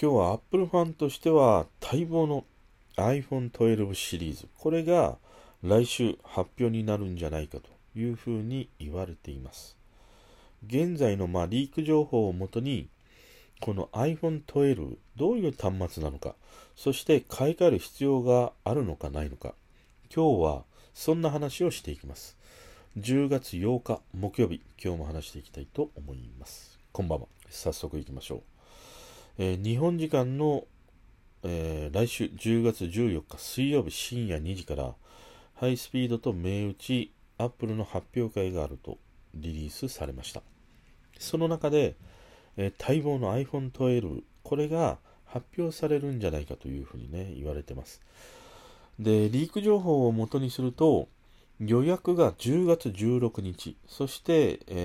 今日は Apple ファンとしては待望の iPhone 12シリーズ、これが来週発表になるんじゃないかというふうに言われています。現在のリーク情報をもとに、この iPhone 12、どういう端末なのか、そして買い替える必要があるのかないのか、今日はそんな話をしていきます。10月8日木曜日、今日も話していきたいと思います。こんばんは。早速いきましょう。日本時間の、来週10月14日水曜日深夜2時からハイスピードと銘打ちアップルの発表会があるとリリースされました。その中で、待望の iPhone 12、これが発表されるんじゃないかというふうにね言われてます。で、リーク情報を元にすると、予約が10月16日、そして、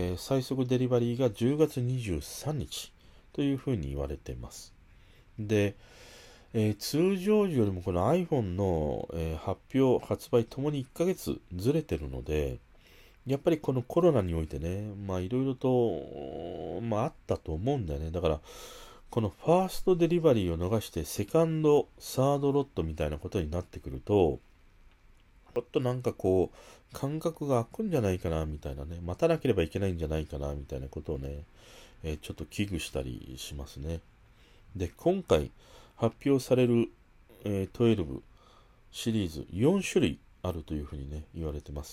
最速デリバリーが10月23日というふうに言われています。で、通常時よりもこの iPhone の、発表、発売ともに1ヶ月ずれてるので、やっぱりこのコロナにおいてね、いろいろと、あったと思うんだよね。だから、このファーストデリバリーを逃してセカンド、サードロットみたいなことになってくると、ちょっと感覚が空くんじゃないかなみたいなね、待たなければいけないんじゃないかなみたいなことをね、ちょっと危惧したりしますね。で、今回発表される、12シリーズ4種類あるというふうにね、言われてます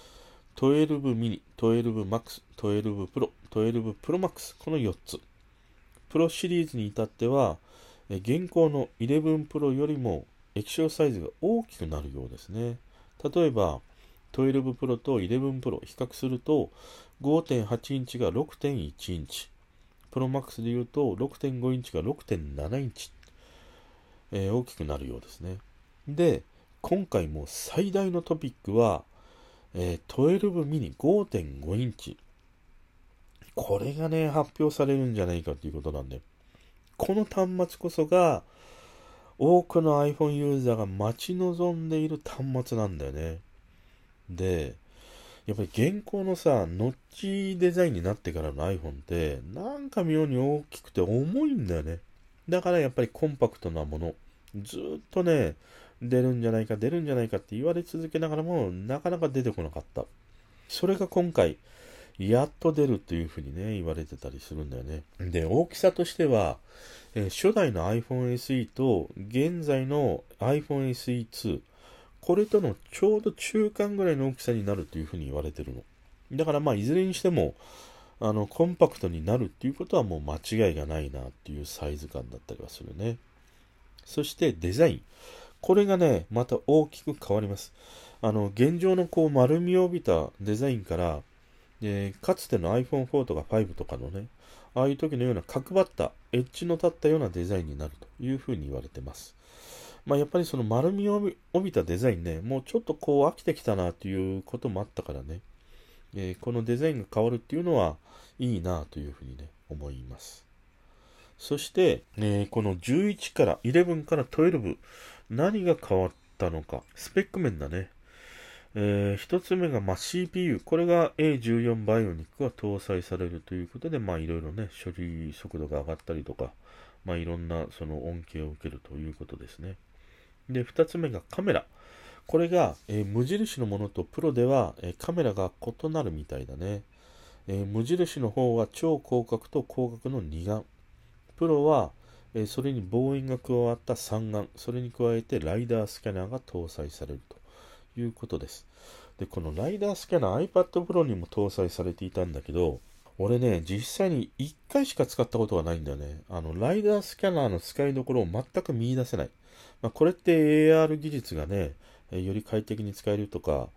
。12ミニ、12マックス、12プロ、12プロマックス、この4つ。プロシリーズに至っては、現行の11プロよりも液晶サイズが大きくなるようですね。例えば、12プロと11プロ比較すると、5.8 インチが6.1インチ。プロマックスで言うと、6.5 インチが6.7 インチ、大きくなるようですね。で、今回も最大のトピックは、12ミニ 5.5 インチ。これがね、発表されるんじゃないかということなんで、この端末こそが、多くの iPhone ユーザーが待ち望んでいる端末なんだよね。で、やっぱり現行のさ、ノッチデザインになってからの iPhone って、なんか妙に大きくて重いんだよね。だからやっぱりコンパクトなもの、ずっとね、出るんじゃないか、出るんじゃないかって言われ続けながらも、なかなか出てこなかった。それが今回、やっと出るというふうにね、言われてたりするんだよね。で、大きさとしては、初代の iPhone SE と現在の iPhone SE2、これとのちょうど中間ぐらいの大きさになるというふうに言われてるの。だからいずれにしても、コンパクトになるっていうことはもう間違いがないなっていうサイズ感だったりはするね。そしてデザイン。これがね、また大きく変わります。現状の丸みを帯びたデザインから、かつての iPhone4 とか5とかのね、ああいう時のような角張った、エッジの立ったようなデザインになるというふうに言われてます。やっぱりその丸みを帯びたデザインね、もうちょっと飽きてきたなということもあったからね、このデザインが変わるっていうのはいいなというふうにね、思います。そして、この11から11から12、何が変わったのか、スペック面だね。一つ目がCPU、これが A14 バイオニックが搭載されるということで、いろいろね、処理速度が上がったりとか、いろんなその恩恵を受けるということですね。で、二つ目がカメラ。これが、無印のものとプロでは、カメラが異なるみたいだね。無印の方は超広角と広角の二眼。プロは、それに望遠が加わった三眼。それに加えてライダースキャナーが搭載されるということです。で、このライダースキャナー iPad Pro にも搭載されていたんだけど、俺ね、実際に1回しか使ったことがないんだよね。ライダースキャナーの使いどころを全く見出せない。これって AR 技術がね、より快適に使えるとか、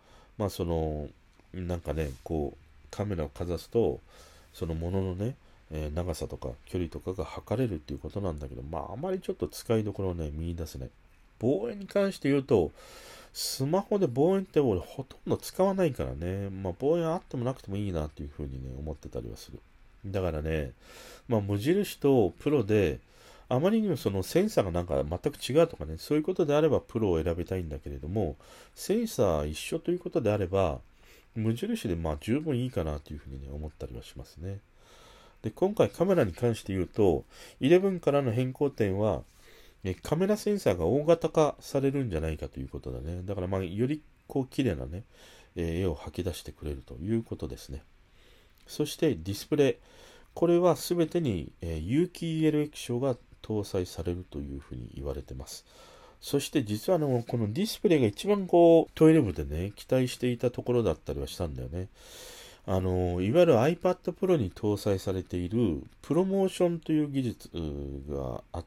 カメラをかざすと、そのもののね、長さとか距離とかが測れるっていうことなんだけど、あまりちょっと使いどころをね、見出せない。望遠に関して言うと、スマホで望遠って俺ほとんど使わないからね、望遠あってもなくてもいいなっていうふうにね、思ってたりはする。だからね、無印とプロで、あまりにもそのセンサーが全く違うとかね、そういうことであればプロを選びたいんだけれども、センサー一緒ということであれば、無印で十分いいかなというふうにね、思ったりはしますね。 で、今回カメラに関して言うと、11からの変更点は、カメラセンサーが大型化されるんじゃないかということだね。だからまあ、よりこう綺麗なね、絵を吐き出してくれるということですね。そしてディスプレイ。これはすべてに、有機 EL 液晶が搭載されるというふうに言われてます。そして実はこのディスプレイが一番こう、トイレ部でね、期待していたところだったりはしたんだよね。いわゆる iPad Pro に搭載されているプロモーションという技術があって、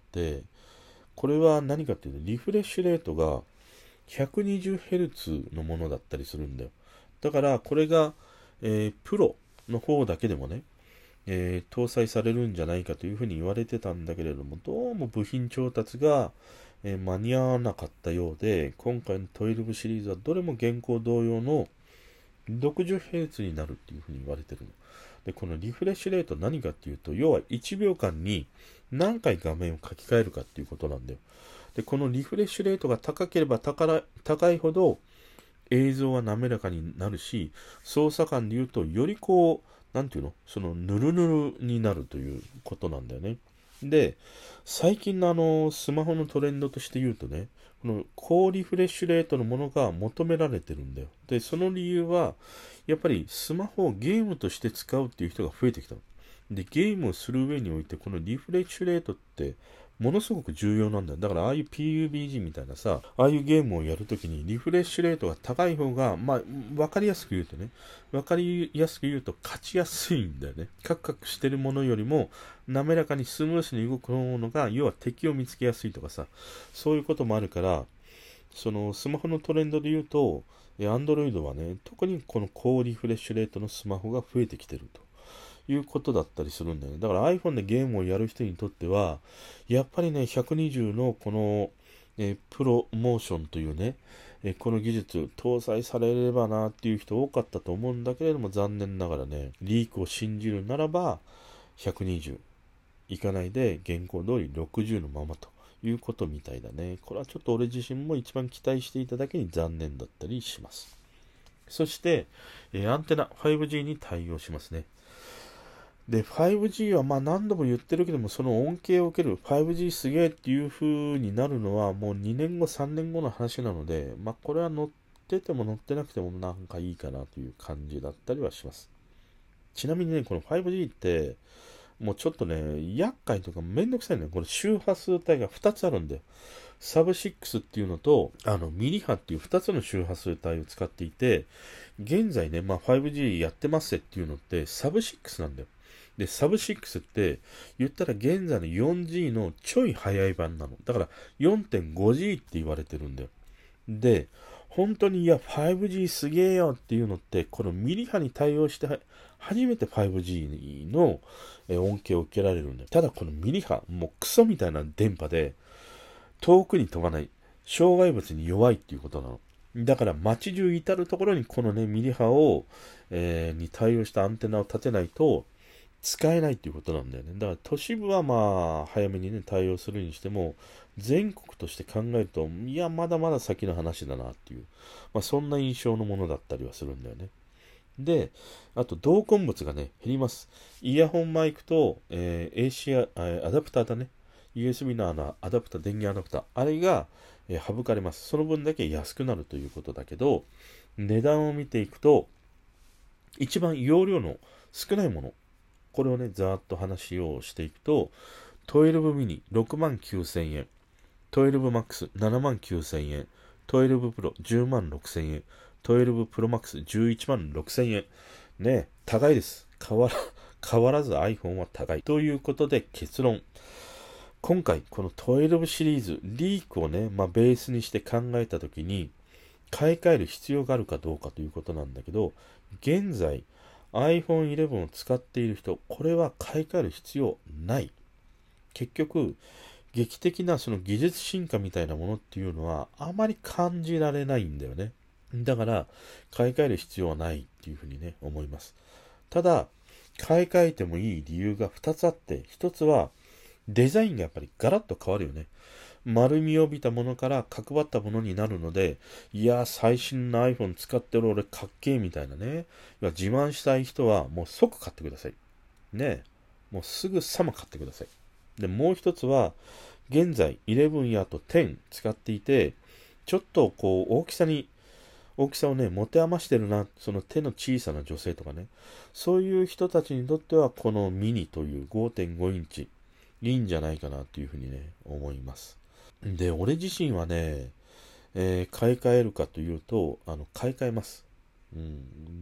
これは何かっていうと、リフレッシュレートが 120Hz のものだったりするんだよ。だからこれが、プロの方だけでもね、搭載されるんじゃないかというふうに言われてたんだけれども、どうも部品調達が、間に合わなかったようで、今回の12シリーズはどれも現行同様の 60Hz になるっていうふうに言われてるの。で、このリフレッシュレート何かっていうと、要は1秒間に何回画面を書き換えるかっていうことなんだよ。で、このリフレッシュレートが高ければ高いほど映像は滑らかになるし、操作感で言うとよりこう、なんていうの、そのヌルヌルになるということなんだよね。で、最近のスマホのトレンドとして言うとね、この高リフレッシュレートのものが求められてるんだよ。で、その理由は、やっぱりスマホをゲームとして使うっていう人が増えてきたの。で、ゲームをする上において、このリフレッシュレートってものすごく重要なんだよ。だから、ああいう PUBG みたいなさ、ああいうゲームをやるときにリフレッシュレートが高い方が、まあ、わかりやすく言うとね、わかりやすく言うと勝ちやすいんだよね。カクカクしてるものよりも、滑らかにスムースに動くものが、要は敵を見つけやすいとかさ、そういうこともあるから、そのスマホのトレンドで言うと、Android はね、特にこの高リフレッシュレートのスマホが増えてきてるということだったりするんだよね。だから iPhone でゲームをやる人にとっては、やっぱりね、120のこの、プロモーションというね、この技術搭載されればなっていう人多かったと思うんだけれども、残念ながらね、リークを信じるならば、120いかないで現行通り60のままということみたいだね。これはちょっと俺自身も一番期待していただけに残念だったりします。そして、アンテナ 5G に対応しますね。で、5G はまあ何度も言ってるけども、その恩恵を受ける 5G すげえっていう風になるのはもう2年後、3年後の話なので、まあこれは乗ってても乗ってなくてもなんかいいかなという感じだったりはします。ちなみにね、この 5G って、もうちょっとね、厄介とかめんどくさいね。これ周波数帯が2つあるんだよ。サブ6っていうのと、ミリ波っていう2つの周波数帯を使っていて、現在ね、まあ 5G やってますっていうのってサブ6なんだよ。で、サブ6って言ったら現在の 4G のちょい早い版なの。だから 4.5G って言われてるんだよ。で、本当にいや 5G すげえよっていうのって、このミリ波に対応して初めて 5G の恩恵を受けられるんだよ。ただこのミリ波、もうクソみたいな電波で遠くに飛ばない、障害物に弱いっていうことなの。だから街中至るところにこのね、ミリ波を、に対応したアンテナを立てないと使えないっていうことなんだよね。だから都市部はまあ早めにね、対応するにしても、全国として考えると、いや、まだまだ先の話だなっていう、まあそんな印象のものだったりはするんだよね。で、あと同梱物がね、減ります。イヤホンマイクと、AC アダプターだね。USB のアダプター、電源アダプター。あれが、省かれます。その分だけ安くなるということだけど、値段を見ていくと、一番容量の少ないもの。これをね、ざーっと話をしていくと、12ミニ69,000円。12マックス79,000円。12プロ10万6,000円。12プロマックス11万6,000円。ね、高いです。変わらず iPhone は高い。ということで結論。今回、この12シリーズ、リークをね、まあ、ベースにして考えたときに、買い替える必要があるかどうかということなんだけど、現在、iPhone 11を使っている人、これは買い替える必要ない。結局、劇的なその技術進化みたいなものっていうのはあまり感じられないんだよね。だから買い替える必要はないっていうふうにね思います。ただ買い替えてもいい理由が2つあって、1つはデザインがやっぱりガラッと変わるよね。丸みを帯びたものから角張ったものになるので、いや最新の iPhone 使ってる俺かっけえみたいなね、自慢したい人はもう即買ってくださいね。 もうすぐさま買ってください。で、もう一つは、現在11やあと10使っていて、ちょっとこう大きさをね、持て余してるな、その手の小さな女性とかね、そういう人たちにとっては、このミニという5.5インチ、いいんじゃないかなというふうにね、思います。で、俺自身はね、買い替えるかというと、買い替えます。うん、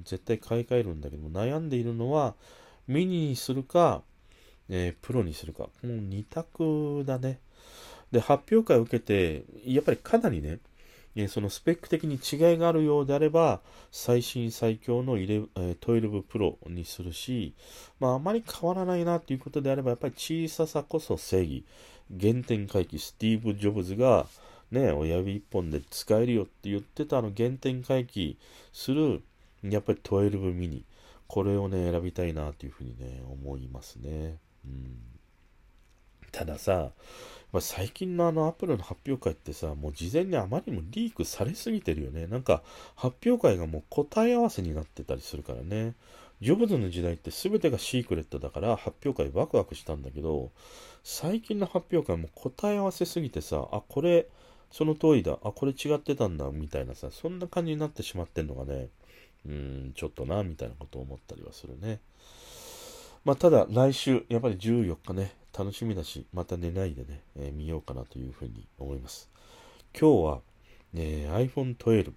絶対買い替えるんだけども、悩んでいるのは、ミニにするか、プロにするか。もう2択だね。で、発表会を受けて、やっぱりかなりね、そのスペック的に違いがあるようであれば、最新最強の12プロにするし、まあ、あまり変わらないなということであれば、やっぱり小ささこそ正義。原点回帰、スティーブ・ジョブズが、ね、親指一本で使えるよって言ってた原点回帰する、やっぱり12ミニ。これをね、選びたいなというふうにね、思いますね。うん、たださ、最近のアップルの発表会ってさ、もう事前にあまりにもリークされすぎてるよね。なんか、発表会がもう答え合わせになってたりするからね。ジョブズの時代って全てがシークレットだから発表会ワクワクしたんだけど、最近の発表会も答え合わせすぎてさ、あ、これ、その通りだ、あ、これ違ってたんだ、みたいなさ、そんな感じになってしまってんのがね、ちょっとな、みたいなことを思ったりはするね。まあ、ただ来週、やっぱり14日ね、楽しみだし、また寝ないでね、見ようかなというふうに思います。今日は、iPhone 12、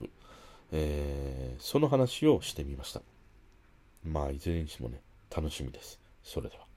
その話をしてみました。まあ、いずれにしてもね、楽しみです。それでは。